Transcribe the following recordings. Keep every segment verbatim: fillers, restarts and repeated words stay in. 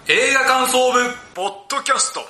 映画感想部ポッドキャスト。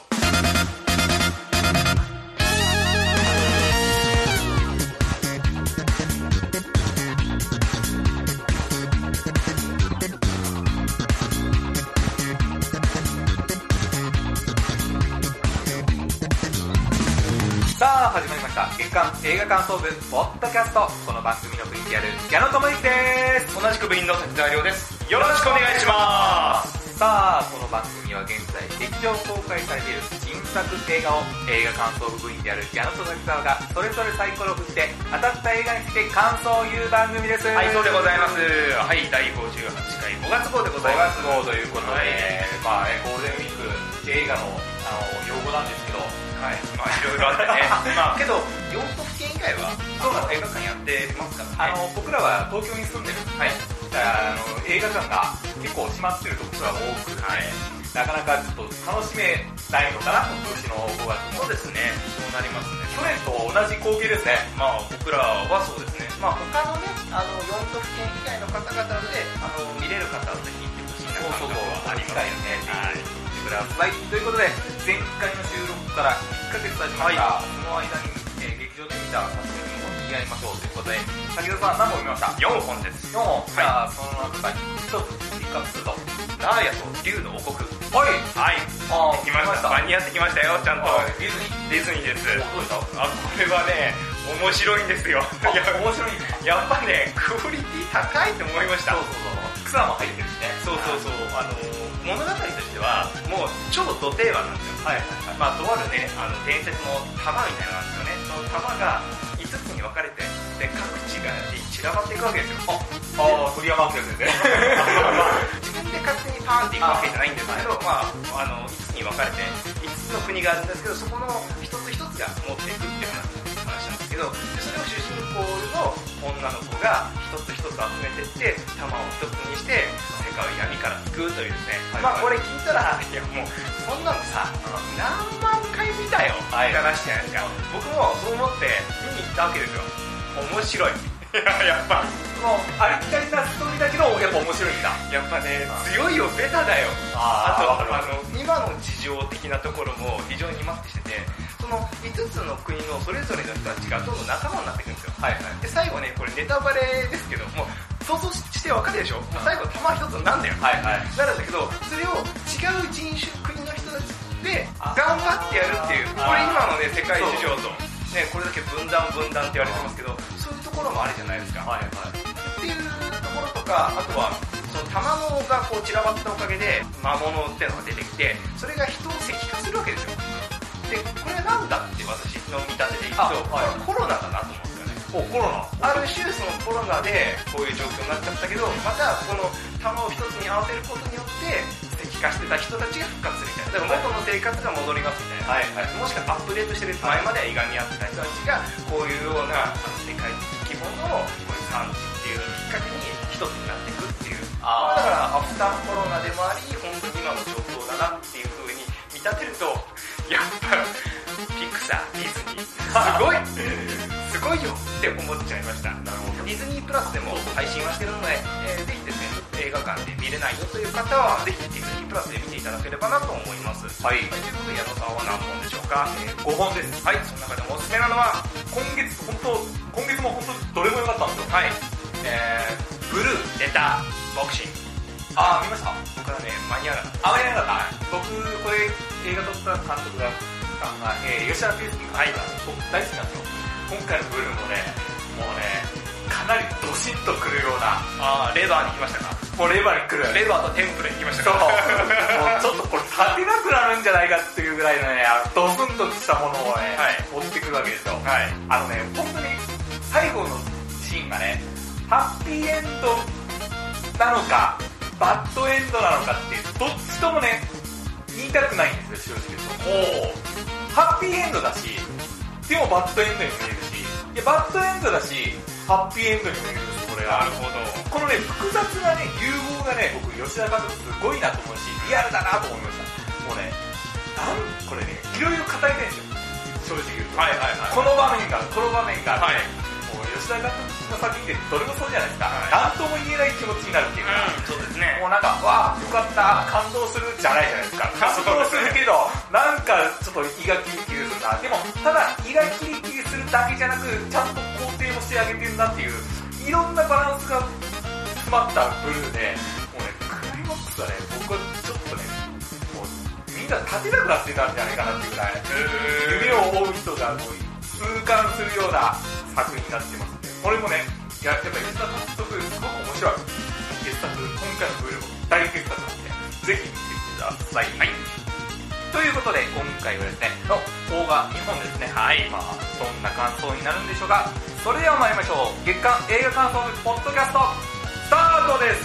さあ始まりました。月間映画感想部ポッドキャスト。この番組の ブイティーアール 矢野智之です。 同じく部員の滝沢亮です。よろしくお願いします。 さあこの番組は現在劇場公開されている新作映画を映画感想部部員である矢野と滝沢がそれぞれサイコロを振って当たった映画について感想を言う番組です。 はい、そうでございます。はい、だいごじゅうはちかいごがつ号でございます。 ごがつ号ということで、はい、まあね、ゴールデンウィーク映画のあの用語なんですけど、 はい、まあいろいろあってね。まあけどよん都府県以外はそうなの映画館やってますからね。 あの僕らは東京に住んでる。はい。あの映画館が結構閉まってるところが多く、はい、なかなかちょっと楽しめないのかな、今年のごがつも。 そうですね、そうなりますね。 去年と同じ光景ですね。 まあ僕らはそうですね。まあ他のね、あのよん都府県以外の方々であの見れる方はぜひ行ってほしいなというのがありますね。はい。 見てください。ということで前回の収録からいっかげつ経ちました。はい、その間に、えー、劇場で見た作品を見合いましょうということで、滝沢さん何本見ました？ よんほんです。 よんほん。じゃあ、その中にひとつピックアップすると、 ナーヤと竜の王国。 はい。 はい。あー、来ました。間に合ってきましたよ、ちゃんと。 ディズニー。 ディズニーです。 どうでした？ あ、これはね、面白いんですよ。 いや、面白いんだ。 やっぱね、クオリティ高いと思いました。 そうそうそう。草も入ってるしね。 そうそうそう。あの、物語としては、もう超ド定番なんですよ。はいはいはい。まあ、とあるね、あの、伝説の玉みたいなのなんですよね。その玉がいつつに分かれて、で、各地が散らばっていくわけですよ。 あ、あ、鳥山明ですね。 自分で勝手にパーンっていくわけじゃないんですけど、まあ、あの、いつつに分かれて、いつつの国があるんですけど、そこの一つ一つが持っていくっていう話なんですけど、でそれを主人公の女の子が一つ一つ集めていって、玉を一つにして、世界を闇から救うというですね。はいはい、まあこれ聞いたら、いやもう、そんなのさ、何万回見たよって話じゃないですか。僕もそう思って見に行ったわけですよ。面白い。やっぱもうありきたりなストーリーだけどやっぱ面白いんだ。 やっぱね、強いよ、ベタだよ。 ああとあの今の事情的なところも非常にマッチしてて、そのいつつの国のそれぞれの人たちがどんどん仲間になっていくんですよ。はいはい。で最後ね、これネタバレですけども、想像してわかるでしょ。最後玉一つなんだよ。はいはい。なるんだけど、それを違う人種国の人たちで頑張ってやるっていう、これ今のね世界事情とね、これだけ分断分断って言われてますけど、そういうところもあるじゃないですか。はいはい。っていうところとか、あとはその卵がこう散らばったおかげで魔物っていうのが出てきて、それが人を石化するわけですよ。で、これはなんだって私の見立てでいくと、はい、コロナだなと思うんですよね。 お、コロナ。 ある種そのコロナでこういう状況になっちゃったけど、またこの玉を一つに合わせることによって石化してた人たちが復活するみたいな。だから元の生活が戻りますみたいな。はいはい。もしくはアップデートしてる前まではいがみ合ってた人たちがこういうようなあの世界的規模のこういう産地っていうのをきっかけに一つになっていくっていう。あだからアフターコロナでもあり、本当に今の状況だなっていう風に見立てると、やっぱピクサー、ディズニーすごいすごいよって思っちゃいました。なるほど。ディズニープラスでも配信はしてるので、えー、ぜひですね、映画館で見れないよという方はぜひディズニープラスで見ていただければなと思います。はい。はい、ということで矢野さんは何本でしょうか？ えー、ごほんです。 はい。その中でもおすすめなのは今月本当今月も本当どれも良かったんですよ。 はい。えー、ブルー出たボクシング。 あー、見ました。 僕はね間に合わなかった。 あ、間に合わなかった。僕これ映画撮った監督があ、えー、吉田圭佑君が、はい、僕大好きなんですよ。今回のブルーもね、もうね、かなりドシッとくるような。 あー、レバーに行きましたか？ もうレバーに来る。 レバーとテンプレに行きましたか？ そう。もうちょっとこれ立てなくなるんじゃないかっていうぐらいのね、ドスンとしたものをね、はい、持ってくるわけですよ。はい。あのね、本当に最後のシーンがね、ハッピーエンドなのか、バッドエンドなのかっていう、どっちともね、言いたくないんですよ、正直言うと。ハッピーエンドだし、でもバッドエンドに見えるし、いやバッドエンドだし、ハッピーエンドに見えるんです、これが。 なるほど。 このね、複雑なね、融合がね、僕、吉田監督すごいなと思うし、リアルだなと思いました。もうね、なん、これね、いろいろ語りたいんですよ、正直言うと。はいはいはい。この場面が、この場面が、はい、もう吉田監督の作品ってどれもそうじゃないですか。なんとも言えない気持ちになるっていうか、 うん、そうですね。 もうなんか、わー、よかった、感動するじゃないじゃないですか。感動するけど、なんかちょっと胃がキリキリするな。でも、ただ胃がキリキリするだけじゃなく、ちゃんと肯定もしてあげてるなっていう、いろんなバランスが詰まったブルーで、もうね、クライマックスはね、僕はちょっとね、もうみんな立てなくなってたんじゃないかなっていうぐらい、夢を追う人がもう痛感するような作品になってますんで、これもね、いや、やっぱり吉田監督すごく面白い。傑作、今回のブルーも大傑作なので、ぜひ見てください。はい。ということで、今回はですね、の邦画にほんですね。はい。まあ、そんな感想になるんでしょうか。それでは参りましょう。月間映画感想部ポッドキャスト、スタートです。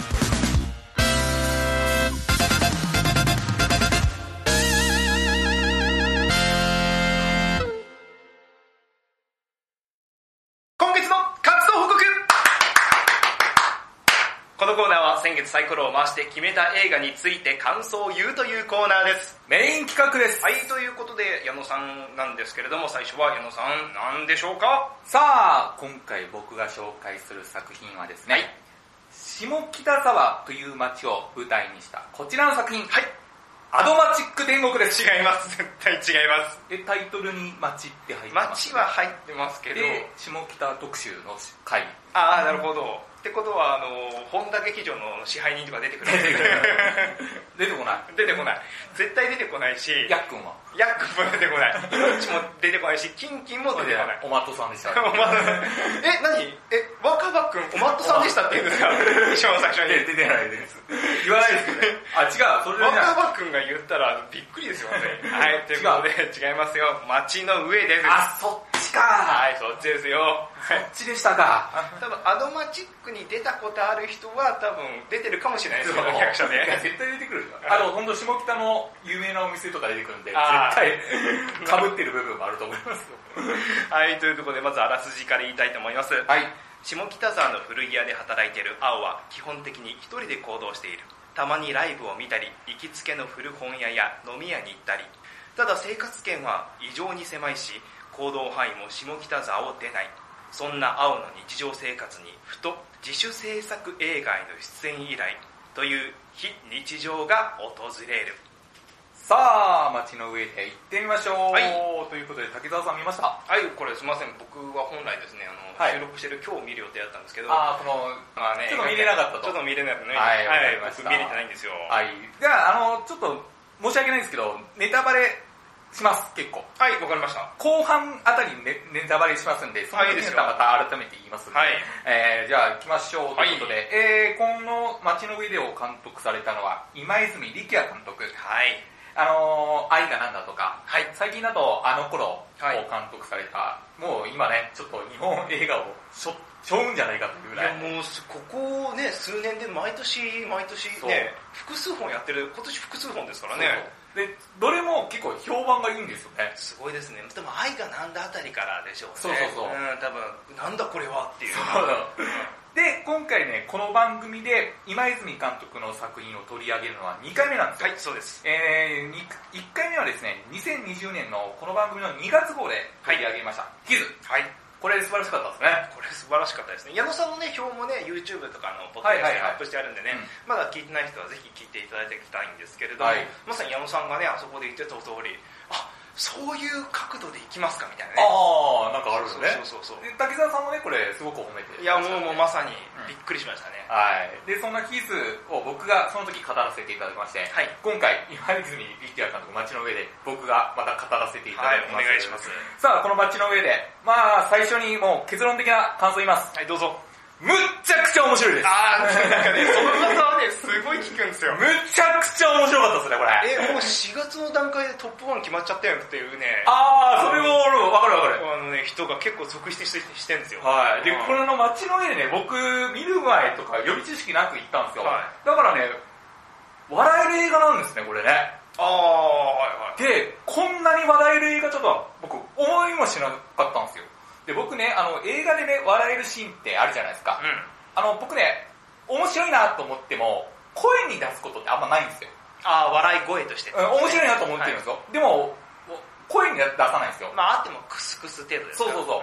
このコーナーは先月サイコロを回して決めた映画について感想を言うというコーナーです。 メイン企画です。 はい、ということで矢野さんなんですけれども、最初は矢野さん何でしょうか？ さあ、今回僕が紹介する作品はですね、はい、下北沢という街を舞台にしたこちらの作品。はい。アドマチック天国です。 違います。絶対違います。 で、タイトルに街って入ってます、 街は入ってますけど。 で、下北特集の回。 ああ、なるほど。ってことは、あの、本田劇場の支配人とか出てくる出てこない。 出てこない。絶対出てこないし。 ヤックンはヤックンも出てこない。命も出てこないし、キンキンも出てこない。 おまっとさんでした。 おまっとさん。え、何え、若葉くん、おまっとさんでしたって言うんですか？一番最初に。 出てないです。言わないですけどね。あ、違う。それ若葉くんが言ったらびっくりですよね。はい、ということで、違いますよ。街の上です。 あ、そっちか。 はい、そっちですよ。 そっちでしたか。 多分、アドマチックに出たことある人は多分出てるかもしれないですけど、役者で。 絶対出てくる。あの、本当下北の有名なお店とか出てくるんで、絶対被ってる部分もあると思いますよ。 はい、というところでまずあらすじから言いたいと思います。 はい。 下北沢の古着屋で働いている青は基本的に一人で行動している。たまにライブを見たり、行きつけの古本屋や飲み屋に行ったり。ただ生活圏は異常に狭いし、行動範囲も下北沢を出ない。そんな青の日常生活にふと自主制作映画への出演依頼という非日常が訪れる。 さあ、街の上で行ってみましょう。 はい、 ということで、滝沢さん見ました？ はい、これすみません。僕は本来ですね、あの、はい、収録してる今日見る予定だったんですけど、 あこの、まあね、ちょっと見れなかったと。 ちょっと見れなかったね。 はい、 はい、僕見れてないんですよ。 はい。じゃあ、あの、ちょっと申し訳ないんですけど、ネタバレします、結構。 はい、わかりました。 後半あたりにネネタバレしますんで、その時にまた改めて言いますので、はい、えー、じゃあ行きましょうということで、はい、えー、この街の上でを監督されたのは今泉力也監督。 はい。 あのー、愛がなんだとか、 はい、 最近だとあの頃を監督された、はい、もう今ね、ちょっと日本映画をしょしょうんじゃないかというぐらい。 いやもうここね数年で毎年毎年ね複数本やってる。今年複数本ですからね。 でどれも結構評判がいいんですよね。 すごいですね。でも愛がなんだあたりからでしょうね。 そうそうそう。 うん、多分なんだこれはっていう。 そうで今回ねこの番組で今泉監督の作品を取り上げるのはにかいめなんですよ。 はい、そうです。 えー、いっかいめはですねにせんにじゅうねんのこの番組のにがつ号で取り上げました。キズ。はい。これ素晴らしかったですね。 これ素晴らしかったですね。矢野さんのね、表もね、YouTube とかのポッドキャストにアップしてあるんでね、はいはいはい、まだ聞いてない人はぜひ聞いていただきたいんですけれども、はい、まさに矢野さんがね、あそこで言ってた通り、あ、そういう角度でいきますかみたいなね。 ああ、なんかあるんですね。 そうそうそうそう。 で、滝沢さんもね、これすごく褒めて、ね。 いや、もうもうまさにびっくりしましたね。 うん、はい。で、そんなキズを僕がその時語らせていただきまして、はい、今回、今泉力也監督、街の上で僕がまた語らせていただきます。 はい、お願いします。 さあ、この街の上で、まあ、最初にもう結論的な感想言います。 はい、どうぞ。 むっちゃくちゃ面白いです。 あー、なんかね、その噂はね、すごい聞くんですよ。 むっちゃくちゃ面白かったですね、これ。 え、もうしがつの段階でトップワン決まっちゃったよっていうね。 あー、それもわかるわかる。 あのね、人が結構続出してしてんですよ。 はい。で、これの街の上でね、僕、見る前とか予備知識なく行ったんですよ。はい、だからね、笑える映画なんですね、これね。 あー、はいはい。 で、こんなに笑える映画ちょっと僕、思いもしなかったんですよ。で僕ね、あの映画でね笑えるシーンってあるじゃないですか、うん、あの僕ね面白いなと思っても声に出すことってあんまないんですよ。 ああ、笑い声として、ね、 うん、面白いなと思ってるんですよ、はい、でも声に出さないんですよ。 まああってもクスクス程度ですか。 そうそうそう、うん、こ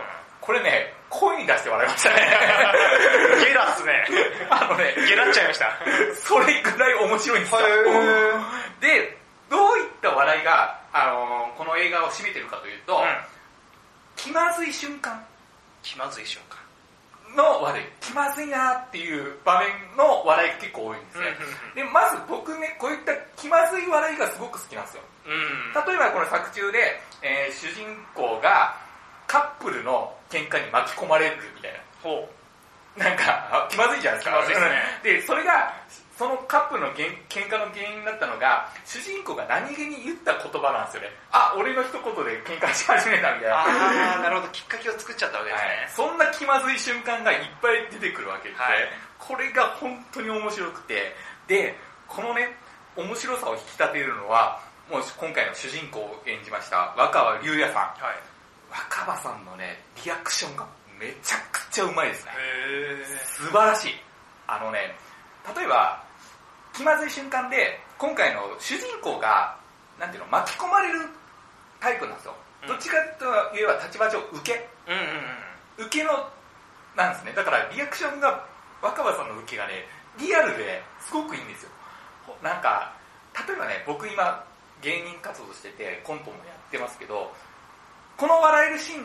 これね、声に出して笑いましたね。 ゲラっすね。 あのね、 ゲラっちゃいました。 それぐらい面白いんですよ。で、どういった笑いが、あのー、この映画を占めてるかというと、うん、気まずい瞬間。 気まずい瞬間。 の笑い。気まずいなっていう場面の笑いが結構多いんですね。で、まず僕ね、こういった気まずい笑いがすごく好きなんですよ。うん、例えばこの作中で、えー、主人公がカップルの喧嘩に巻き込まれるみたいな。ほう。なんか、気まずいじゃないですか。 気まずいですね。 で、それが、そのカップルの喧嘩の原因になったのが、主人公が何気に言った言葉なんですよね。あ、俺の一言で喧嘩し始めたみたいな。 あー、なるほど。きっかけを作っちゃったわけですね。はい、 そんな気まずい瞬間がいっぱい出てくるわけですね。はい、これが本当に面白くて、で、このね、面白さを引き立てるのは、もう今回の主人公を演じました若葉龍也さん。はい、若葉さんのね、リアクションがめちゃくちゃうまいですね。へー、素晴らしい。あのね、例えば、気まずい瞬間で、今回の主人公が、なんていうの、巻き込まれるタイプなんですよ。うん、どっちかといえば立場上、受け。うんうんうん、受けの、なんですね。だからリアクションが、若葉さんの受けがね、リアルですごくいいんですよ。なんか、例えばね、僕今、芸人活動してて、コントもやってますけど、この笑えるシーンって、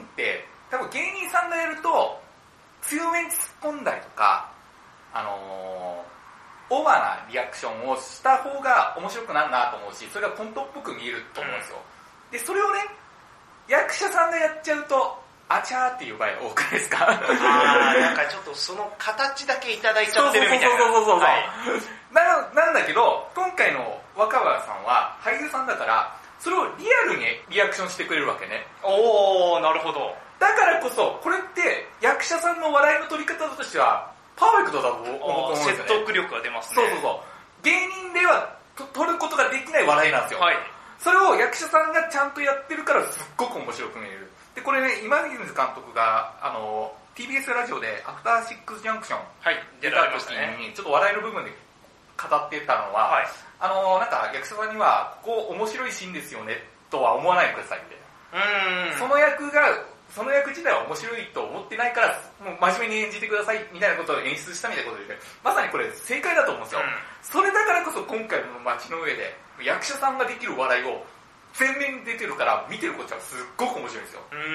多分芸人さんがやると、強めに突っ込んだりとか、あのー、オーバーなリアクションをした方が面白くなるなと思うし、それがコントっぽく見えると思うんですよ。うん、で、それをね、役者さんがやっちゃうと、あちゃーっていう場合多くないですか？あー、なんかちょっとその形だけいただいちゃってるみたいな。 そうそうそうそうそう、はい、な。なんだけど、今回の若葉さんは俳優さんだから、それをリアルにリアクションしてくれるわけね。 おー、なるほど。 だからこそ、これって役者さんの笑いの取り方としては、パーフェクトだと思うんですよね。 説得力が出ますね。 そうそうそう。芸人では取ることができない笑いなんですよ。はい。それを役者さんがちゃんとやってるからすっごく面白く見える。で、これね、今泉監督が、あの、ティービーエス ラジオでアフターシックスジャンクション出た時に、ちょっと笑いの部分で語ってたのは、はい、あの、なんか役者さんには、ここ面白いシーンですよね、とは思わないでくださいみたいな。うん。その役が、その役自体は面白いと思ってないから、もう真面目に演じてくださいみたいなことを演出したみたいなことで、まさにこれ正解だと思うんですよ。うん、それだからこそ今回の街の上で、役者さんができる笑いを全面に出てるから見てるこっちはすっごく面白いんですよ。うん。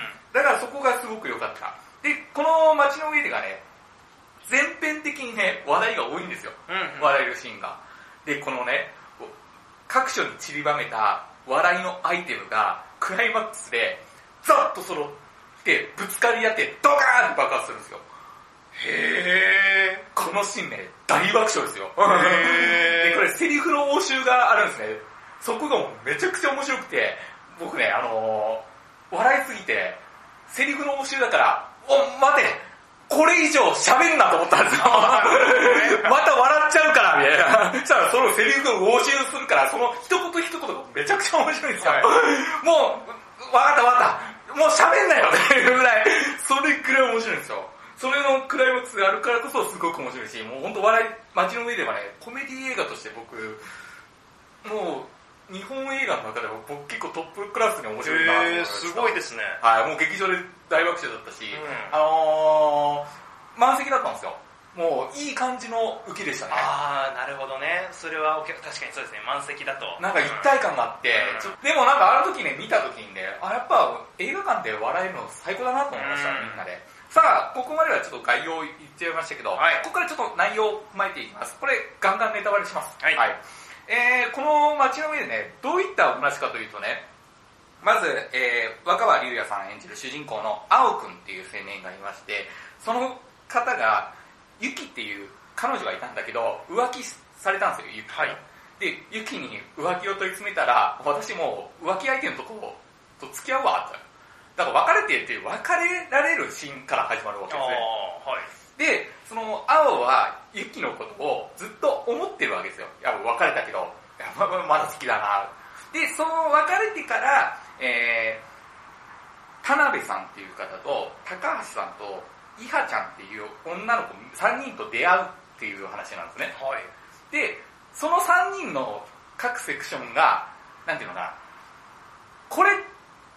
だからそこがすごく良かった。で、この街の上でがね、全編的にね、笑いが多いんですよ。うんうん、笑えるシーンが。で、このね、各所に散りばめた笑いのアイテムがクライマックスで、ザッと揃ってぶつかり合ってドカーンって爆発するんですよ。へー。このシーンね、大爆笑ですよ。へー。で、これセリフの応酬があるんですね。そこがもうめちゃくちゃ面白くて、僕ね、あのー、笑いすぎて、セリフの応酬だから、お、待てこれ以上喋んなと思ったんですよ。また笑っちゃうから、みたいな。そしたらそのセリフが応酬するから、その一言一言がめちゃくちゃ面白いんですよ。はい、もう、わかったわかった。もう喋んなよっていうぐらい、それくらい面白いんですよ。それのクライマックスがあるからこそすごく面白いし、もう本当笑い、街の上ではね、コメディ映画として僕、もう、日本映画の中では僕結構トップクラスに面白いなと思いました。 すごいですね。 はい、もう劇場で大爆笑だったし、うん、あのー、満席だったんですよ。もういい感じの受けでしたね。 あー、なるほどね。それは確かにそうですね、満席だと。 なんか一体感があって、うん、ちょでもなんかあの時ね、見た時にね、あ、やっぱ映画館で笑えるの最高だなと思いました、うん、みんなで。さあ、ここまではちょっと概要言っちゃいましたけど、はい、ここからちょっと内容を踏まえていきます。これ、ガンガンネタバレします。はい。はい、えー、この街の上でね、どういったお話かというとね、まず、えー、若葉龍也さん演じる主人公の青くんっていう青年がいまして、その方が、ユキっていう彼女がいたんだけど、浮気されたんですよ、ユキ。はい。で、ユキに浮気を問い詰めたら、私もう浮気相手のとこと付き合うわ、って。だから別れてって別れられるシーンから始まるわけですね。はい、で、その青はユキのことをずっと思ってるわけですよ。いや、別れたけど、いやままだ好きだな。で、その別れてから、えー、田辺さんっていう方と、高橋さんと、イハちゃんっていう女の子さんにんと出会うっていう話なんですね。はい、で、そのさんにんの各セクションが、なんていうのかな、これ、好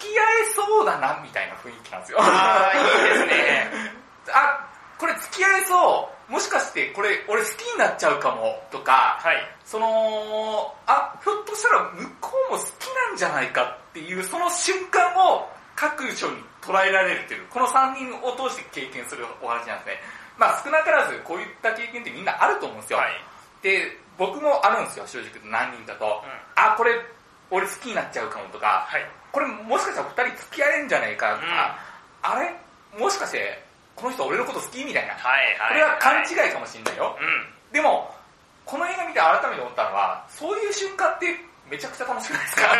付き合えそうだなみたいな雰囲気なんですよ。 ああ、いいですね。 あ、これ付き合えそう、もしかしてこれ俺好きになっちゃうかもとか、はい、その、あ、ひょっとしたら向こうも好きなんじゃないかっていうその瞬間を各所に捉えられるっていう、このさんにんを通して経験するお話なんですね。まあ少なからずこういった経験ってみんなあると思うんですよ。はい、で、僕もあるんですよ、正直言うと何人かと。うん、あ、これ俺好きになっちゃうかもとか、はい、これもしかしたらふたり付き合えるんじゃないかとか、うん、あれもしかしてこの人俺のこと好きみたいな、はいはい、これは勘違いかもしれないよ、うん、でもこの映画見て改めて思ったのは、そういう瞬間ってめちゃくちゃ楽しくないですか？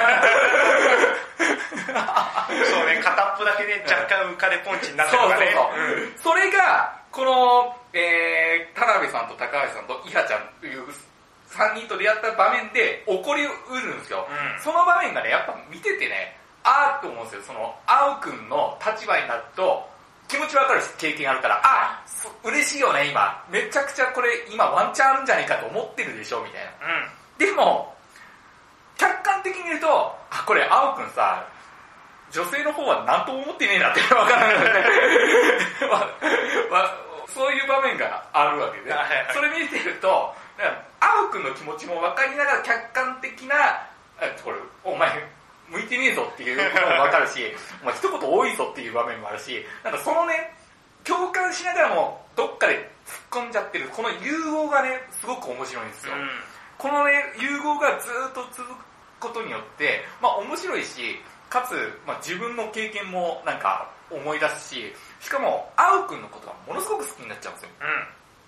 そうね、片っぽだけで若干浮かれポンチになってるからね。 そうそうそう、うん、それがこの、えー、田辺さんと高橋さんと伊波ちゃんというさんにんと出会った場面で起こりうるんですよ、うん、その場面がね、やっぱ見ててね、あーって思うんですよ。その青くんの立場になると気持ちわかるし、経験あるから、あ、嬉しいよね今、めちゃくちゃこれ今ワンチャンあるんじゃないかと思ってるでしょみたいな、うん、でも客観的に言うと、あ、これ青くんさ、女性の方は何とも思ってねえなって分からないそういう場面があるわけで、それ見てると青くんの気持ちも分かりながら客観的な、これお前向いてねえぞっていうことも分かるしお前一言多いぞっていう場面もあるし、なんかそのね、共感しながらもどっかで突っ込んじゃってるこの融合がね、すごく面白いんですよ、うん、このね融合がずっと続くことによって、まあ面白いし、かつ、まあ、自分の経験もなんか思い出すし、しかも青くんのことがものすごく好きになっちゃうんですよ、うん、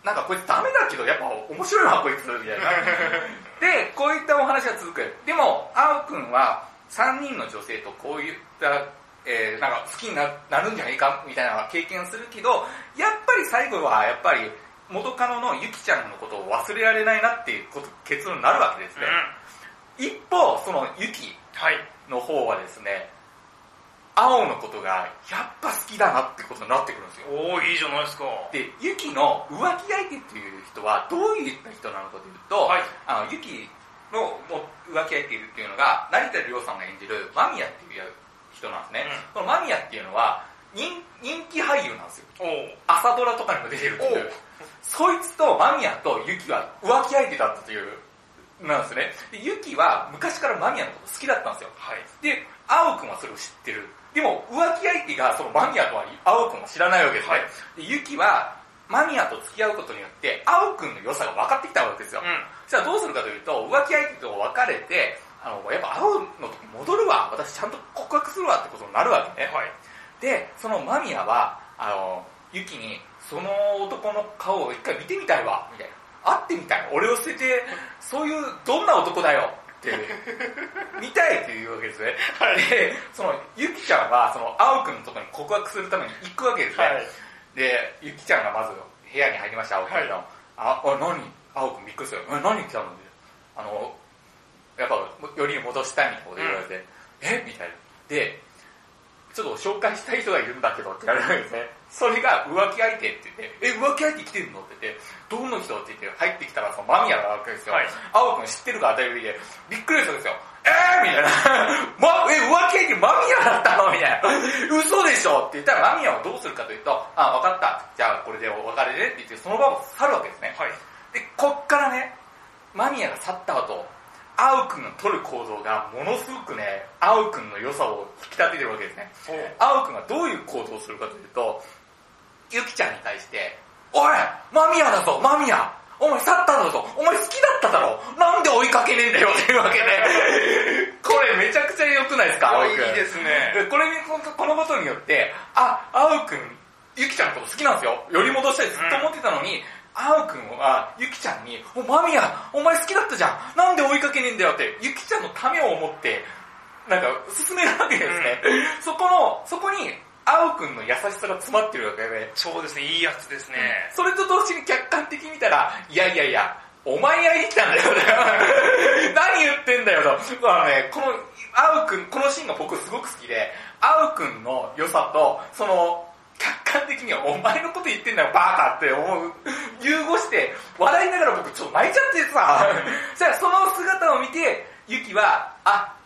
なんかこいつダメだけどやっぱ面白いわこいつみたいなで、こういったお話が続く。でも青くんはさんにんの女性とこういった、えー、なんか好きに な, なるんじゃないかみたいな経験するけど、やっぱり最後はやっぱり元カノのゆきちゃんのことを忘れられないなっていうこと結論になるわけですね、うん、一方そのゆきの方はですね、青のことがやっぱ好きだなってことになってくるんですよ。 おー、いいじゃないですか。 で、ゆきの浮気相手っていう人はどういった人なのかというと、はい、あのゆきの浮気相手っていうのが成田凌さんが演じる間宮っていう人なんですね、うん、この間宮っていうのは 人, 人気俳優なんですよ。朝ドラとかにも出てるっていう。そいつと間宮とゆきは浮気相手だったというなんですね。で、ゆきは昔から間宮のこと好きだったんですよ、はい、で、青くんはそれを知ってる。でも浮気相手がその間宮とは青くんは知らないわけですね、はい、で、ゆきは間宮と付き合うことによって青くんの良さが分かってきたわけですよ、うん、じゃあどうするかというと、浮気相手と別れて、あのやっぱ青のとこ戻るわ、私ちゃんと告白するわってことになるわけね、はい、で、その間宮はあのゆきにその男の顔を一回見てみたいわみたいな、会ってみたい、俺を捨ててそういうどんな男だよって見たいっていうわけですね、はい、で、そのゆきちゃんはその青くんのところに告白するために行くわけですね、はい、で、ゆきちゃんがまず部屋に入りました、青くんの、はい、あ、あ、何、青くんびっくりする、え、何来たの、あのやっぱより戻したいみたいなこと言われて、うん、えみたいな。で、ちょっと紹介したい人がいるんだけどって言われるんですね。それが浮気相手って言って、え、浮気相手来てるのって言って、どの人って言って入ってきたらその間宮なわけですよ。はい、青くん知ってるか当たり前で、びっくりするんですよ。えーみたいな。ま、え、浮気相手間宮だったのみたいな。嘘でしょって言ったら間宮はどうするかというと、あ、わかった。じゃあこれでお別れでって言ってその場を去るわけですね。はい、で、こっからね、間宮が去った後、青くんの取る行動がものすごくね、青くんの良さを引き立ててるわけですね。青くんがどういう行動をするかというと、ゆきちゃんに対して、おい間宮だぞ間宮、お前去ったんだぞ、お前好きだっただろ、なんで追いかけねえんだよっていうわけでこれめちゃくちゃ良くないですか、青くん。いいですね。 これこのことによって、あ、青くんゆきちゃんのこと好きなんですよ、より戻したいずっと思ってたのに、うん、青くんはゆきちゃんに、お、間宮お前好きだったじゃん、なんで追いかけねえんだよってゆきちゃんのためを思ってなんか進めるわけですね、うん、そこのそこに青くんの優しさが詰まってるわけで、 そうですね、いいやつですね、 うん、それと同時に客観的に見たら、いやいやいやお前やりに来たんだよ何言ってんだよと、あのね、この青くん、このシーンが僕すごく好きで、青くんの良さとその客観的にはお前のこと言ってんだよバーカって思う、融合して笑いながら僕ちょっと泣いちゃってさじゃあその姿を見てゆきは、あ、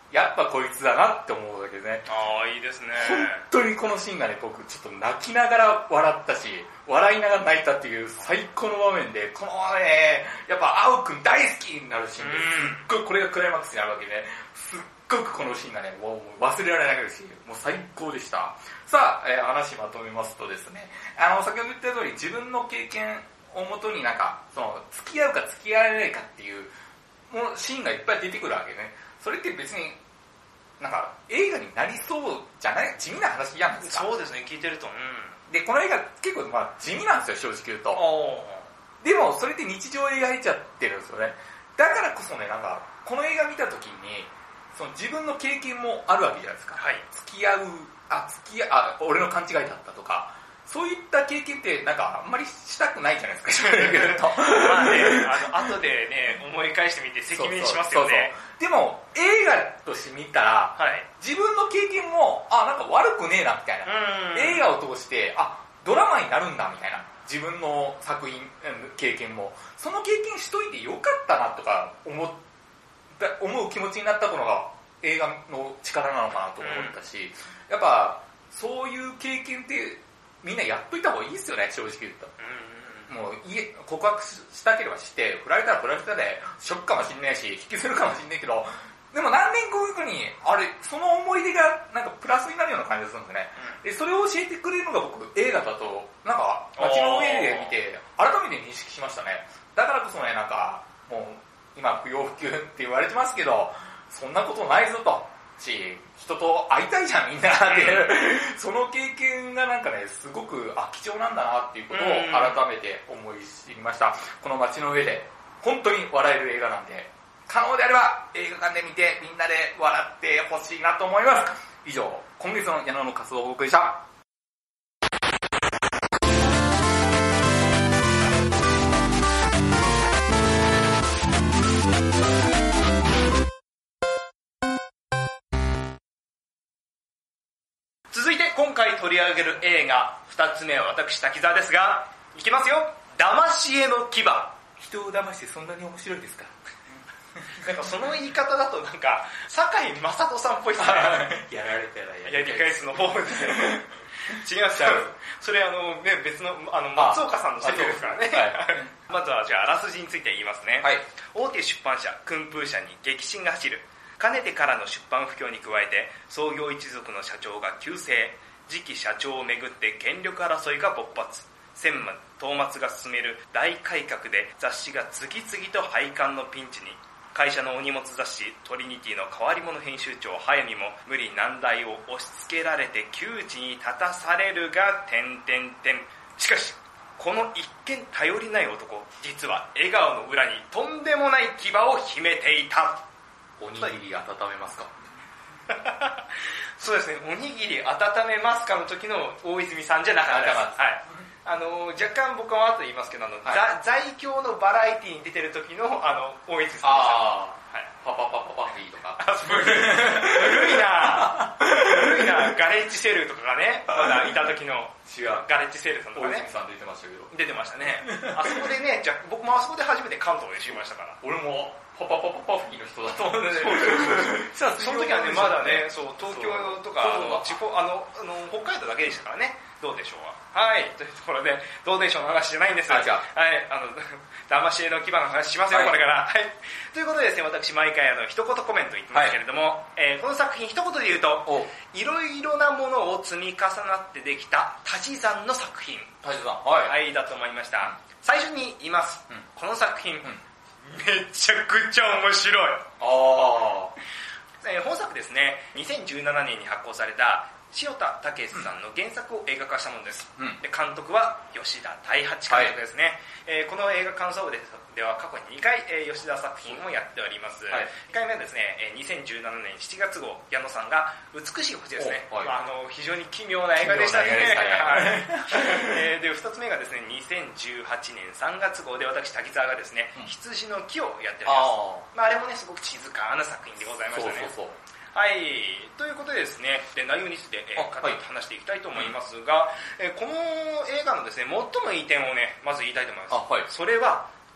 やっぱこいつだなって思うわけですね。 ああ、いいですね。 本当にこのシーンがね、僕ちょっと泣きながら笑ったし、笑いながら泣いたっていう最高の場面で、このね、やっぱ青くん大好きになるシーンですっごいこれがクライマックスになるわけで、すっごくこのシーンがね、もう忘れられないし、もう最高でした。さあ、えー、話まとめますとですね、あの、先ほど言った通り自分の経験をもとになんか、その、付き合うか付き合えないかっていう、もうシーンがいっぱい出てくるわけね。それって別に、なんか映画になりそうじゃない、地味な話じゃないですか。 そうですね、聞いてると。うん、 で、この映画結構まあ地味なんですよ、正直言うと。でも、それって日常を描いちゃってるんですよね。だからこそね、なんか、この映画見たときに、その自分の経験もあるわけじゃないですか。 はい、 付き合う、あ、付き合う、あ、俺の勘違いだったとか、そういった経験ってなんかあんまりしたくないじゃないですか、正直言うと。 まあね、あの、後でね、思い返してみて赤面しますよね。そうそうそうそう。 でも、映画として見たら、はい、自分の経験も、あ、なんか悪くねえな、みたいな。映画を通して、あ、ドラマになるんだ、みたいな。自分の作品、経験も。その経験しといてよかったな、とか思った、思う気持ちになったのが映画の力なのかなと思ったし、うん、やっぱ、そういう経験って、みんなやっといた方がいいですよね、正直言うと。うんうん、もう家、告白したければして、振られたら振られたで、ショックかもしんないし、引きずるかもしんないけど、でも何年後かに、あれ、その思い出がなんかプラスになるような感じがするんですね。うん、で、それを教えてくれるのが僕、映画だと、なんか、街の上で見て、改めて認識しましたね。だからこそね、なんか、もう、今、不要不急って言われてますけど、そんなことないぞと。し、人と会いたいじゃんみんなっていう、その経験がなんかね、すごくあ貴重なんだなっていうことを改めて思い知りました。この街の上で、本当に笑える映画なんで、可能であれば映画館で見てみんなで笑ってほしいなと思います。以上、今月の矢野の活動報告でした。 続いて今回取り上げる映画ふたつめは私滝沢ですが、いきますよ。騙し絵の牙。 人を騙してそんなに面白いですか？ なんかその言い方だとなんか堺雅人さんっぽいですね。 やられたらやり返すの方で違いますよ。それあのね別のあの松岡さんのセリフですからね。はい、まずはじゃああらすじについて言いますね。はい、大手出版社訓風社に激震が走る。かねてからの出版不況に加えて創業一族の社長が急逝、次期社長をめぐって権力争いが勃発、専務東松が進める大改革で雑誌が次々と廃刊のピンチに、会社のお荷物雑誌トリニティの変わり者編集長早見も無理難題を押し付けられて窮地に立たされるが点々点。しかしこの一見頼りない男、実は笑顔の裏にとんでもない牙を秘めていた。 おにぎり温めますか？ そうですね、おにぎり温めますかの時の大泉さんじゃなかったです。はい。あの若干僕は後で言いますけど、あの、はい、在京のバラエティに出てる時のあの大泉さんでした。ああ、はい。 パパパパパフィーとか。 古いな古いなガレッジセルとかがね、まだいた時のガレッジセルさんとかね。 大泉さん出てましたけど。 出てましたね。あそこでね、じゃ僕もあそこで初めて関東で知りましたから。 俺もパパパパパフィーの人だと思うんでね。 そうそうそう。その時はね、まだね、そう、東京とか、あの、地方、あの、あの、北海道だけでしたからね。どうでしょうは。はい。というところで、どうでしょうの話じゃないんです。 あ、じゃあ。はい。あの、騙し絵の牙の話しますよ、はい、これから。はい。ということでですね、私、毎回あの、一言コメント言ってますけれども、はい、えー、この作品一言で言うと、いろいろなものを積み重なってできた足し算の作品。 足し算。はい。 はい、だと思いました。最初に言います。うん、この作品、うん、めちゃくちゃ面白い。あー。えー、本作ですね、にせんじゅうななねんに発行された塩田武さんの原作を映画化したものです。うん、で監督は吉田大八監督ですね。はい、えー、この映画感想部ででは過去ににかい、えー、吉田作品をやっております。はい、いっかいめはですね、にせんじゅうななねんしちがつ号、矢野さんが美しい星ですね。はい、まあ、あの非常に奇妙な映画でしたね。えー、でふたつめがですね、にせんじゅうはちねんさんがつ号で私滝沢がですね、うん、羊の木をやっております。あ, まあ、あれもねすごく静かな作品でございましたね。そうそうそう。はい、ということでですね、で内容について、えー、語って話していきたいと思いますが、はい、えー、この映画のですね、最もいい点をね、まず言いたいと思います。はい、それは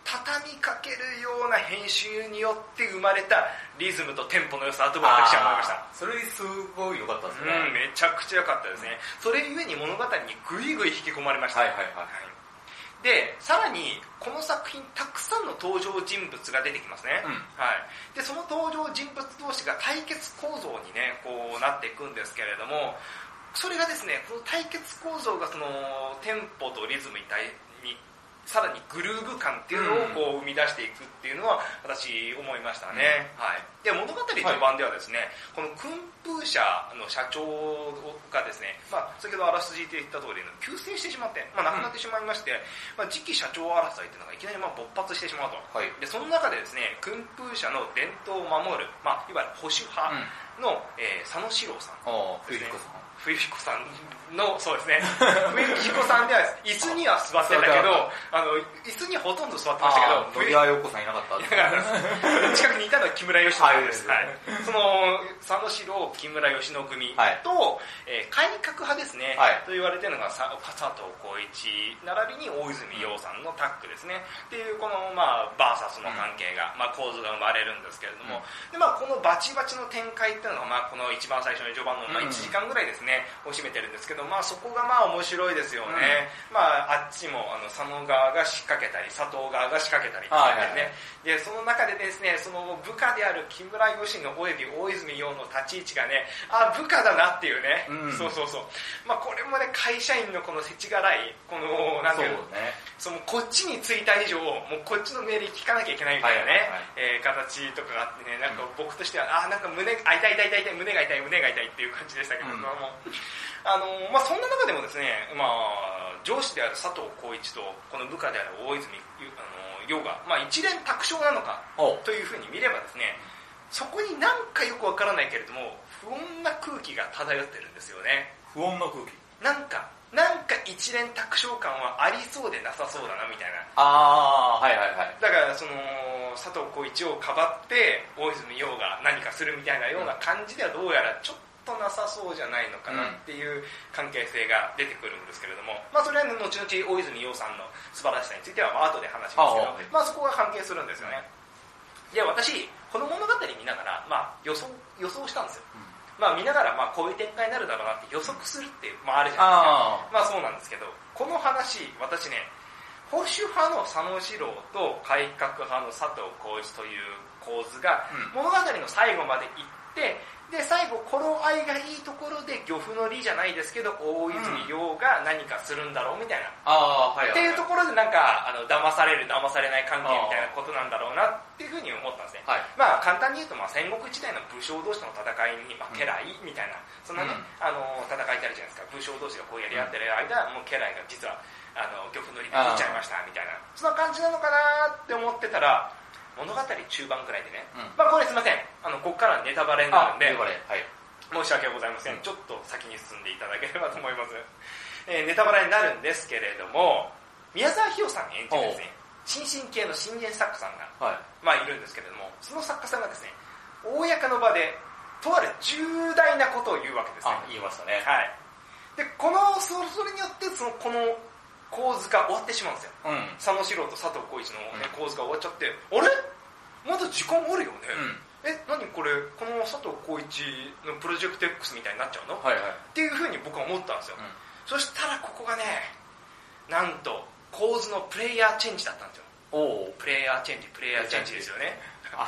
畳みかけるような編集によって生まれたリズムとテンポの良さだと私は思いました。 それすごい良かったですね。 うん、めちゃくちゃ良かったですね。それゆえに物語にぐいぐい引き込まれました。 はいはいはい。 で、さらに、この作品、たくさんの登場人物が出てきますね。 うん、 はい。で、その登場人物同士が対決構造にね、こうなっていくんですけれども、それがですね、この対決構造がその、テンポとリズムに対に、さらにグルーヴ感っていうのをこう生み出していくっていうのは私思いましたね。うん、はい。で、物語序盤ではですね、はい、この訓風社の社長がですね、まあ、先ほどあらすじで言った通りの急逝してしまって、まあ、亡くなってしまいまして、うん、まあ、次期社長争いっていうのがいきなりまあ勃発してしまうと。はい、で、その中でですね、訓風社の伝統を守る、まあ、いわゆる保守派の、うん、えー、佐野史郎さんですね。冬彦さんの、そうですね。冬彦さんでは椅子には座ってたけど、あの、椅子にはほとんど座ってましたけど、 冬川陽子さんいなかった近くにいたのは木村佳乃さんです。はい。その、佐野史郎、木村佳乃組と、はい、えー、改革派ですね。はい、と言われているのが佐藤浩市、並びに大泉洋さんのタッグですね。っていう、この、まあ、バーサスの関係が、うん、まあ、構図が生まれるんですけれども、うん、で、まあ、このバチバチの展開っていうのが、まあ、この一番最初の序盤の、まあ、いちじかんぐらいですね、を占めてるんですけど、まあそこがまあ面白いですよね。うん、まああっちもあの佐野側が仕掛けたり、佐藤側が仕掛けたりっていうね。で、その中でですね、その部下である木村佳乃および大泉洋の立ち位置がね、あ、部下だなっていうね。うん、そうそうそう。まあこれもね、会社員のこの世知辛い、この、なんていうの、そうね、そのこっちについた以上、もうこっちの命令聞かなきゃいけないみたいなね、はいはいはい、えー、形とかがあってね、なんか僕としては、あ、なんか胸、あ、痛い痛い痛い痛い、胸が痛い、胸が痛いっていう感じでしたけども、うん、あのまあ、そんな中でもですね、まあ、上司である佐藤浩市とこの部下である大泉洋が、まあ、一連卓勝なのかというふうに見ればですね、そこになんかよくわからないけれども不穏な空気が漂ってるんですよね。 不穏な空気、 なんかなんか一連卓勝感はありそうでなさそうだなみたいな。 ああ、はいはいはい。 だからその佐藤浩市をかばって大泉洋が何かするみたいなような感じではどうやらちょっとなさそうじゃないのかなっていう関係性が出てくるんですけれども、まあそれは後々大泉洋さんの素晴らしさについてはまあ後で話しますけど、まあそこが関係するんですよね。で、私この物語見ながらまあ予想予想したんですよ。うん、まあ見ながらまあこういう展開になるだろうなって予測するっていう、まああるじゃないですか。まあそうなんですけど、この話私ね、保守派の佐野史郎と改革派の佐藤浩市という構図が物語の最後まで行って、で最後頃合いがいいところで漁夫の利じゃないですけど大泉洋が何かするんだろうみたいな、 あ、はいはい、 っていうところでなんかあの騙される騙されない関係みたいなことなんだろうなっていうふうに思ったんですね。はい、まあ簡単に言うと、まあ、戦国時代の武将同士の戦いに、まあ、家来みたいな、そんなね、うん、あの戦いってあるじゃないですか。武将同士がこうやり合ってる間、もう家来が実はあの漁夫の利で取っちゃいましたみたいな、そんな感じなのかなって思ってたら、物語中盤くらいでね、うん、まあこれすいません、あのここからネタバレになるんで、はい、申し訳ございません、うん、ちょっと先に進んでいただければと思います。えー、ネタバレになるんですけれども、宮沢ひよさん演じるですね、新進系の新人作家さんが、はい、まあいるんですけれども、その作家さんがですね、公の場でとある重大なことを言うわけですね。 あ、言いましたね。 はい。で、このそれによってそのこの構図が終わってしまうんですよ。うん、佐野史郎と佐藤浩市の、ね、構図が終わっちゃって、うん、あれまだ時間あるよね、うん、え、何これ、この佐藤浩市のプロジェクト X みたいになっちゃうの、はいはい、っていうふうに僕は思ったんですよ。うん、そしたらここがね、なんと構図のプレイヤーチェンジだったんですよ。おー、プレイヤーチェンジ、プレイヤーチェンジですよね。あ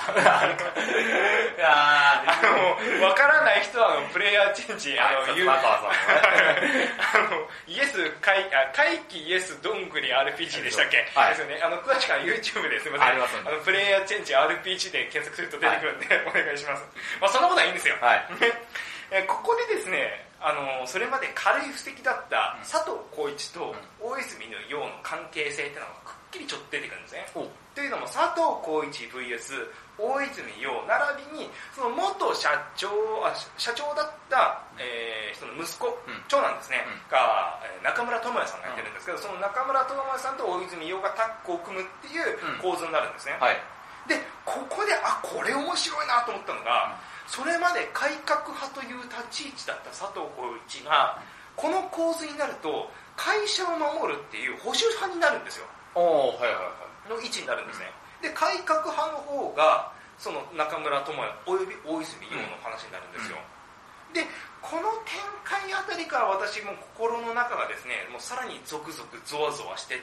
の、わからない人はあのプレイヤーチェンジ、あの、言う、あの、イエス、怪奇イエスどんぐり アールピージー でしたっけ、はい、ですよね。あの、詳しくは YouTube ですみません。ありますね。あの、プレイヤーチェンジ アールピージー で検索すると出てくるんで、はい、お願いします。まあそんなことはいいんですよ。はい。ここでですね、あの、それまで軽い布石だった佐藤浩市と大泉洋の関係性っていうのがくっきりちょっと出てくるんですね。うん、というのも佐藤浩市 ブイエス 大泉洋並びにその元社長あ社長だった、えー、人の息子、うん、長男ですね、うん、が中村智也さんがやってるんですけど、うん、その中村智也さんと大泉洋がタッグを組むっていう構図になるんですね。うん、はい、でここであこれ面白いなと思ったのが、うん、それまで改革派という立ち位置だった佐藤浩市がこの構図になると会社を守るっていう保守派になるんですよ。 おー、はいはいはい。 の位置になるんですね。で、改革派の方が、その中村智也および大泉洋の話になるんですよ。うん、で、この展開あたりから私も心の中がですね、もうさらにゾクゾクゾワゾワしてって、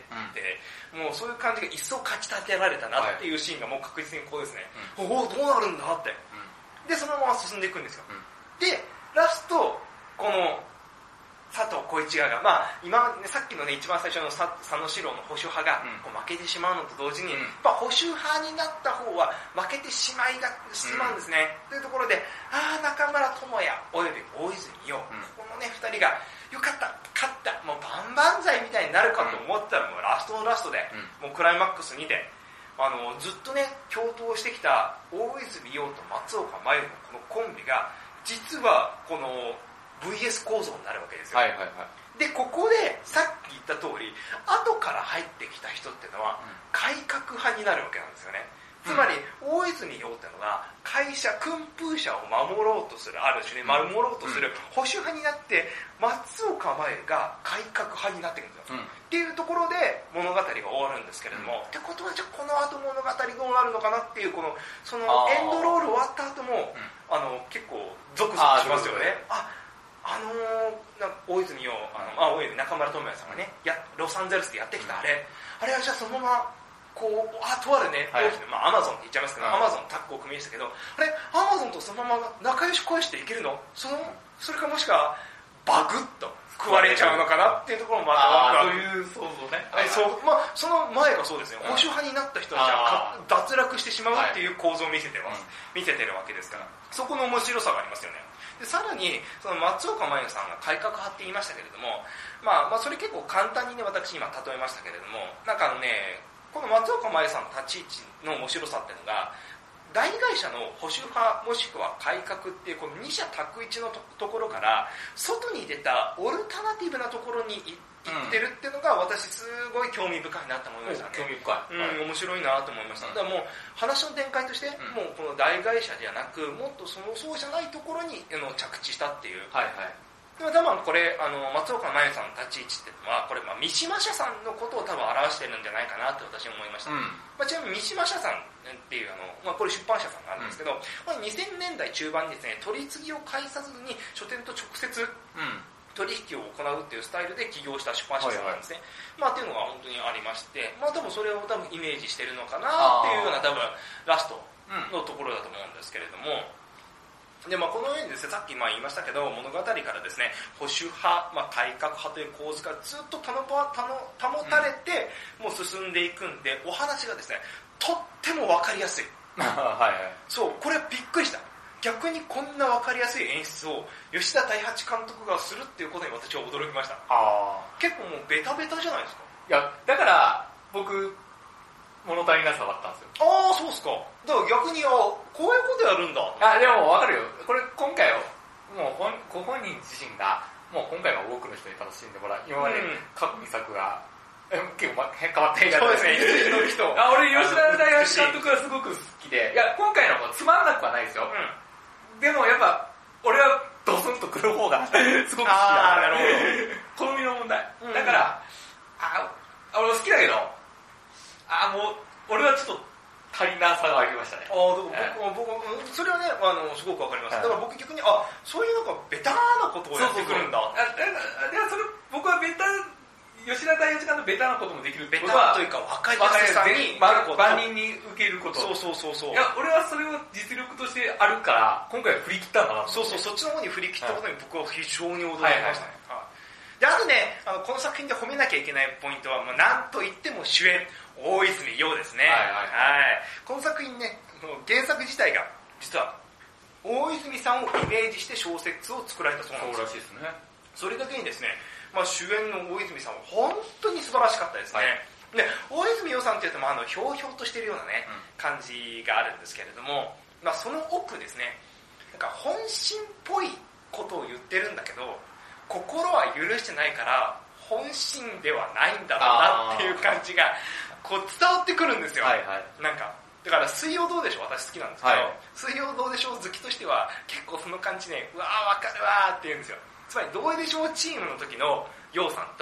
うん、もうそういう感じが一層かき立てられたなっていうシーンがもう確実にこうですね、うん、おお、どうなるんだって。うん、で、そのまま進んでいくんですよ。うん、で、ラスト、この、佐藤浩市側が、まあ、今、ね、さっきのね、一番最初の佐野史郎の保守派が、こう負けてしまうのと同時に、うん、まあ、保守派になった方は負けてしまいが、しまうんですね。うん、というところで、ああ、中村智也、および大泉洋、うん、ここのね、二人が、よかった、勝った、もう万々歳みたいになるかと思ったら、もうラストのラストで、うん、もうクライマックスにて、あの、ずっとね、共闘してきた大泉洋と松岡茉優のこのコンビが、実は、この、ブイエス 構造になるわけですよ。 はいはいはい。 で、ここで、さっき言った通り、後から入ってきた人っていうのは、改革派になるわけなんですよね。つまり、大泉洋っていうのが、会社、訓風社を守ろうとする、ある種ね、守ろうとする保守派になって、松岡茉優が改革派になっていくんですよ。うん、っていうところで物語が終わるんですけれども、うん、ってことは、じゃあこの後物語どうなるのかなっていう、この、そのエンドロール終わった後も、あの、結構、ゾクゾクしますよね。ああのー、大泉洋、あの、あ、大泉中村智也さんがね、や、ロサンゼルスでやってきたあれ、あれはじゃあそのまま、こう、あ、とあるね、はい、大きな、まあアマゾンって言っちゃいますけど、アマゾンタッグを組みましたけど、あれ、アマゾンとそのまま仲良し恋していけるの？その、それかもしくは、バグッと食われちゃうのかなっていうところもまたワクワク。 そういう想像ね。 はい、そう、まあその前がそうですね、保守派になった人たちは脱落してしまうっていう構造を見せてます。見せてるわけですから、そこの面白さがありますよね。でさらに、その松岡茉優さんが改革派って言いましたけれども、まあ、まあ、それ結構簡単にね、私今例えましたけれども、なんかあのね、この松岡茉優さんの立ち位置の面白さっていうのが、大会社の保守派もしくは改革っていうこの二者択一の と, ところから外に出たオルタナティブなところに行ってるっていうのが私すごい興味深いなと思いましたね。 興味深い。 うん、面白いなと思いました。だからもう話の展開として、もうこの大会社ではなく、もっとそのそうじゃないところにの着地したっていう。はいはい。でも多分これ、あの、松岡茉優さんの立ち位置っていうのは、これ、まあ、三島社さんのことを多分表してるんじゃないかなって私は思いました。うん、まあ、ちなみに三島社さんっていうあの、まあ、これ出版社さんがあるんですけど、うん、これにせんねんだい中盤にですね、取り次ぎを介さずに書店と直接、うん取引を行うっていうスタイルで起業した出版社さんなんですね。はいはい、まあっていうのが本当にありまして、まあ多分それを多分イメージしてるのかなっていうような多分ラストのところだと思うんですけれども、でまあこのようにですね、さっきまあ言いましたけど、物語からですね、保守派、まあ改革派という構図がずっと保たれて、もう進んでいくんで、お話がですね、とってもわかりやすい。はいはい、そう、これびっくりした。逆にこんな分かりやすい演出を吉田大八監督がするっていうことに私は驚きました。あ結構もうベタベタじゃないですか。 いや、だから僕、物足りなさだったんですよ。 ああ、そうっすか。だから逆に、あこういうことやるんだ。 あ、でも分かるよ。これ今回は、もうご本人自身が、もう今回は多くの人に楽しんでもらう。今まで過去に作が、結構変わった映画ですね。そうですね。 あ俺、吉田大八監督がすごく好きで、いや、今回のもつまんなくはないですよ。うんでもやっぱ、俺はドスンと来る方がすごく好きだ。あー、なるほど。好みの問題。うん、だから、あ俺好きだけど、あもう、俺はちょっと足りなさがありましたね。 ああ、僕、僕、それはね、あの、すごくわかります。だから僕逆に、あ、そういうなんかベターなことをやってくるんだ。 そうそうそうあだからそれ、僕はベタ、吉田大八監のベタなこともできるってことは、ベタというか分かりやすさに、 万人に受けること。 そうそうそうそう。 いや、俺はそれを実力としてあるから、今回は振り切ったんだな。 そうそう、そっちの方に振り切ったことに僕は非常に驚きましたね。で、あとね、あの、この作品で褒めなきゃいけないポイントは、まあ、なんといっても主演、大泉洋ですね。はいはいはい。この作品ね、原作自体が、実は、大泉さんをイメージして小説を作られたそうなんですよ。 そうらしいですね。 それだけにですね、まあ、主演の大泉さんは本当に素晴らしかったですね。はい、で、大泉洋さんっていうと、まあ、あの、ひょうひょうとしているようなね、うん、感じがあるんですけれども、まあ、その奥ですね、なんか本心っぽいことを言ってるんだけど、心は許してないから、本心ではないんだろうなっていう感じが、こう伝わってくるんですよ。はいはい、なんか、だから水曜どうでしょう私好きなんですけど、はい、水曜どうでしょう好きとしては、結構その感じね、うわーわかるわーって言うんですよ。つまり、どうでしょうチームの時のヨウさんと、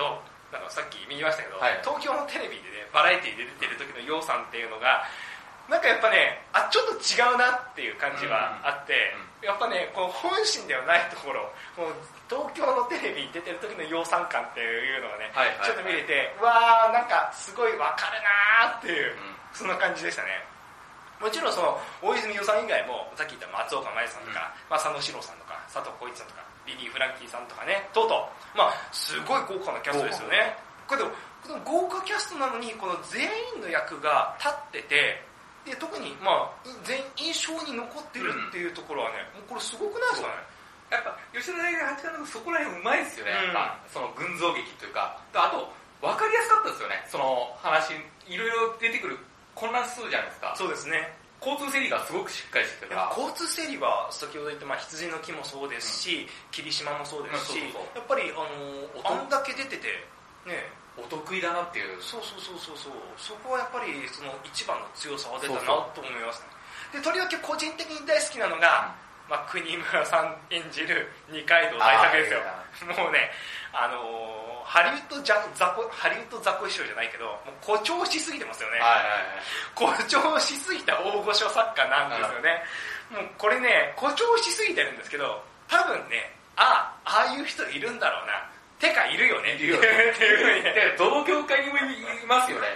あのさっき言いましたけど、 はい、 東京のテレビでねバラエティで出てる時の楊さんっていうのがなんかやっぱねあちょっと違うなっていう感じはあって、うん、やっぱねこう本心ではないところこう東京のテレビに出てる時の楊さん感っていうのがね、はいはいはい、ちょっと見れてうわーなんかすごいわかるなーっていう、うん、そんな感じでしたね。もちろんその大泉洋さん以外もさっき言った松岡茉優さんとか、うんまあ、佐野史郎さんとか佐藤浩市さんとかリリー・フランキーさんとかねとうとうまあすごい豪華なキャストですよね。これでもこの豪華キャストなのにこの全員の役が立っててで特にまあ全員印象に残ってるっていうところはね、うん、もうこれすごくないですかね。 やっぱ吉田大八監督そこら辺うまいですよね、うん、やっぱその群像劇というかあと分かりやすかったですよね。その話いろいろ出てくる混乱しそうじゃないですか。 そうですね。 交通整理がすごくしっかりしてるから交通整理は先ほど言った、まあ、羊の木もそうですし、うん、霧島もそうですし、うん、そうそうそうやっぱりあのあんだけ出ててねお得意だなっていうそうそうそうそうそうそこはやっぱりその一番の強さは出たなと思いますね。でとりわけ個人的に大好きなのが、うんまあ、国村さん演じる二階堂大作ですよ。もうねあのーハリウッドザコハリウッドザコ師匠じゃないけどもう誇張しすぎてますよね、はいはいはい、誇張しすぎた大御所作家なんですよね、はい、もうこれね誇張しすぎてるんですけど多分ねああああいう人いるんだろうなてかいるよねいるよねっていうふうにねどの業界にもいますよね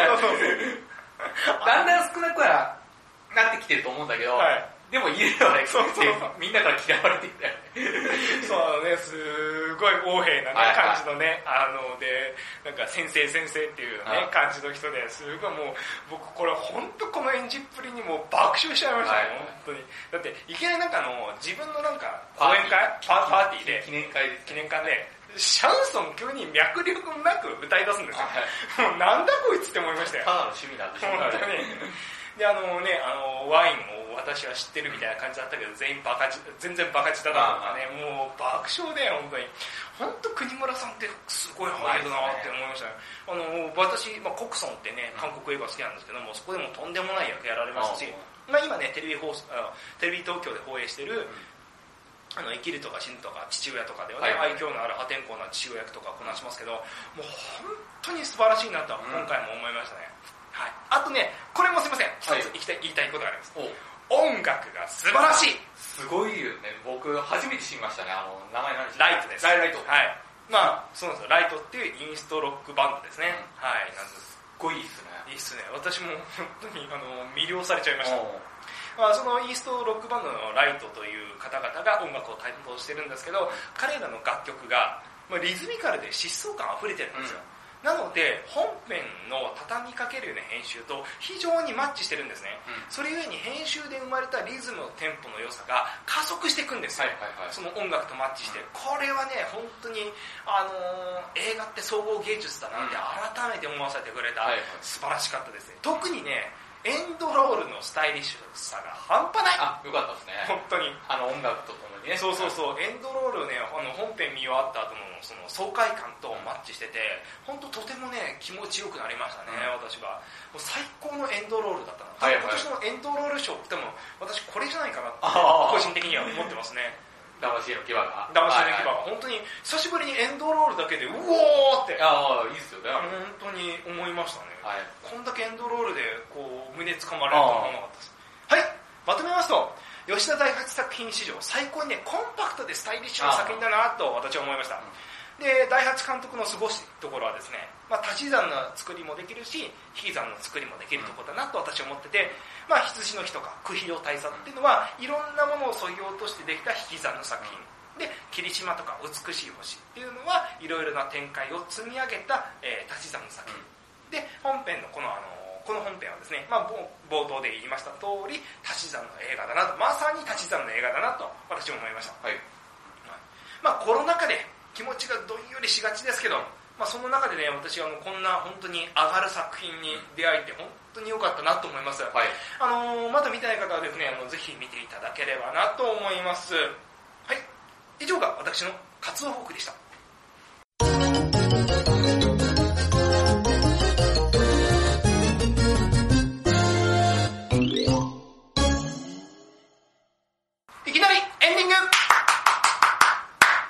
だんだん少なくはなってきてると思うんだけど、はいでもいるよねそうそうみんなから嫌われてきたよねそうねすごい横柄な、ねはいはい、感じのねあのでなんか先生先生っていうね、はい、感じの人ですごいもう僕これ本当この演じっぷりにもう爆笑しちゃいましたね、はい、本当にだっていきなりなんかあの自分のなんか講演会パーティーで記念会記念館でシャンソン急に脈絡なく歌い出すんですよ、はい、もうなんだこいつって思いましたよ。 ただの趣味なんでしょう本当にであのねあのワインを私は知ってるみたいな感じだったけど全員バカじ全然バカ舌だとかねもう爆笑で本当に本当国村さんってすごい俳優だなって思いましたね。あの私、まあ、コクソンってね韓国映画好きなんですけどもそこでもとんでもない役やられますし、まあ、今ねテレビ放送あのテレビ東京で放映してる、うん、あの生きるとか死ぬとか父親とかではね、はい、愛嬌のある破天荒な父親役とかこなしますけどもう本当に素晴らしいなと今回も思いましたね、はい、あとねこれもすいません一つ言いたい、言いたいことがあります。音楽が素晴らしい。 すごいよね。僕初めて知りましたね。あの名前何でしたライトです。 ライト。 はい。まあそうなんですよ。ライトっていうインストロックバンドですね。うん、はい。なんです。 すっごいいいっすね。 いいっすね。私も本当にあの魅了されちゃいました。まあ、そのインストロックバンドのライトという方々が音楽を担当してるんですけど、彼らの楽曲がまあリズミカルで疾走感あふれてるんですよ。うんなので本編の畳みかけるような編集と非常にマッチしてるんですね、うん、それゆえに編集で生まれたリズムテンポの良さが加速していくんですよ、はいはいはい、その音楽とマッチして、うん、これはね本当に、あのー、映画って総合芸術だなって改めて思わせてくれた、うん、素晴らしかったですね。特にねエンドロールのスタイリッシュさが半端ない。 あ、よかったですね。 本当に。 あの音楽とともにね。 そうそうそう。エンドロールね、あの本編見終わった後のその爽快感とマッチしてて、本当とてもね気持ちよくなりましたね、うん、私は。もう最高のエンドロールだったな。はいはい、今年のエンドロール賞っても私これじゃないかなって個人的には思ってますね。 魂の牙が。 魂の牙が、はいはい、本当に久しぶりにエンドロールだけでうおーって。 ああ、いいっすよね。 本当に思いましたね。はい、こんだけエンドロールでこう胸つかまれるとは思わなかったです。はい、まとめますと、吉田大八作品史上最高にねコンパクトでスタイリッシュな作品だなと私は思いました。で、大八監督のすごいところはですね、まあ、足し算の作りもできるし引き算の作りもできるところだなと私は思ってて、まあ、羊の日とか九肥料大佐っていうのはいろんなものを削ぎ落としてできた引き算の作品で、霧島とか美しい星っていうのはいろいろな展開を積み上げた、えー、足し算の作品で、本編のこのあのこの本編はですね、まあ、冒頭で言いました通り足し算の映画だなと、まさに足し算の映画だなと私は思いました、はい。まあ、コロナ禍で気持ちがどんよりしがちですけど、まあ、その中でね私はもうこんな本当に上がる作品に出会えて本当に良かったなと思います、はい。あのー、まだ見てない方はですねあのぜひ見ていただければなと思います。はい、以上が私の活動報告でした。と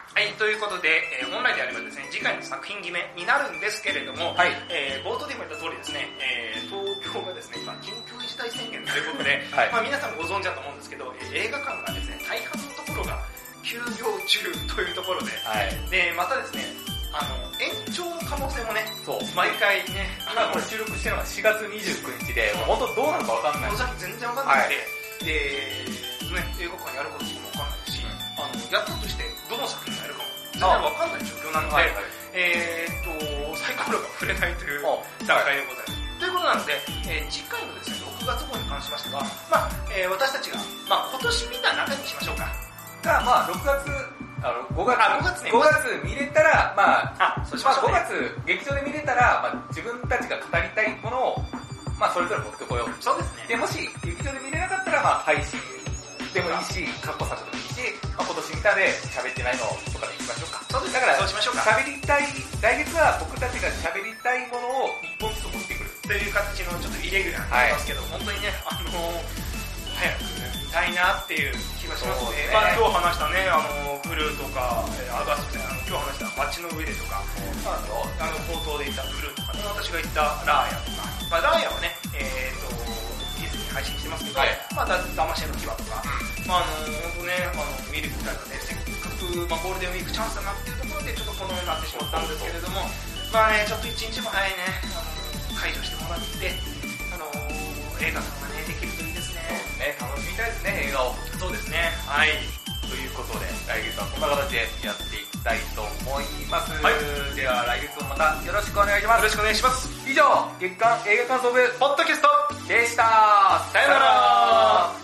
ということで、えー、本来であればですね、次回の作品決めになるんですけれども、はい、えー、冒頭でも言った通りですね、えー、東京がですね、今、緊急事態宣言ということで、はい、まあ皆さんご存知だと思うんですけど、えー、映画館がですね、大半のところが休業中というところで、はい、で、またですね、あの、延長の可能性もね、そう、毎回ね、 今これ収録してるのがしがつにじゅうくにちで、もう本当どうなるかわかんない。 全然わかんなくて、はい、で、ね、映画館やることもわかんないし、あの、やったとしてどの作品やるかも全然わかんない状況なので、はいはい、えーっと、サイコロが振れないという段階でございます。はい、ということなので、えー、次回のですね、ろくがつ号に関しましては、まあ、えー、私たちが、まあ、今年見た中にしましょうか。 が、まあ、ろくがつ、あの、ごがつ、あ、ごがつね。ごがつ見れたら、まあ、あ、そうしましょうね。まあ、ごがつ、劇場で見れたら、まあ、自分たちが語りたいものを、まあ、それぞれ持ってこよう。 そうですね。 で、もし、劇場で見れなかったら、まあ、配信でもいいし、過去作でもいいし、まあ、今年見たで喋ってないのとかでいきましょうか。 そうです。 だから、 そうしましょうか。 喋りたい、来月は僕たちが喋りたいものを一本ずつ持ってくる。 という形のちょっとイレギュラーになりますけど、はい、本当にね、あのー、早く見たいなっていう気がしますね。まあ今日話したね、あの、ブルーとか、アガストで、あの、今日話した街の上でとか、あの、あの、冒頭で言ったブルーとかね、私が言ったラーヤとか、まあラーヤはね、えーと、ディズニーに配信してますけど、はい、まあだ、騙し絵の牙とか、まああの、本当ね、あの、見る機会がね、せっかく、まあゴールデンウィークチャンスだなっていうところで、ちょっとこのようになってしまったんですけれども、まあね、ちょっと一日も早いね、あの、解除してもらって、あの、映画とかね、できるといいですね。 ね、楽しみたいですね、映画を。 そうですね。はい。 ということで、来月はこんな形でやっていきたいと思います。はい。では来月もまたよろしくお願いします。 よろしくお願いします。 以上、月刊映画感想部ポッドキャストでした。 さよなら。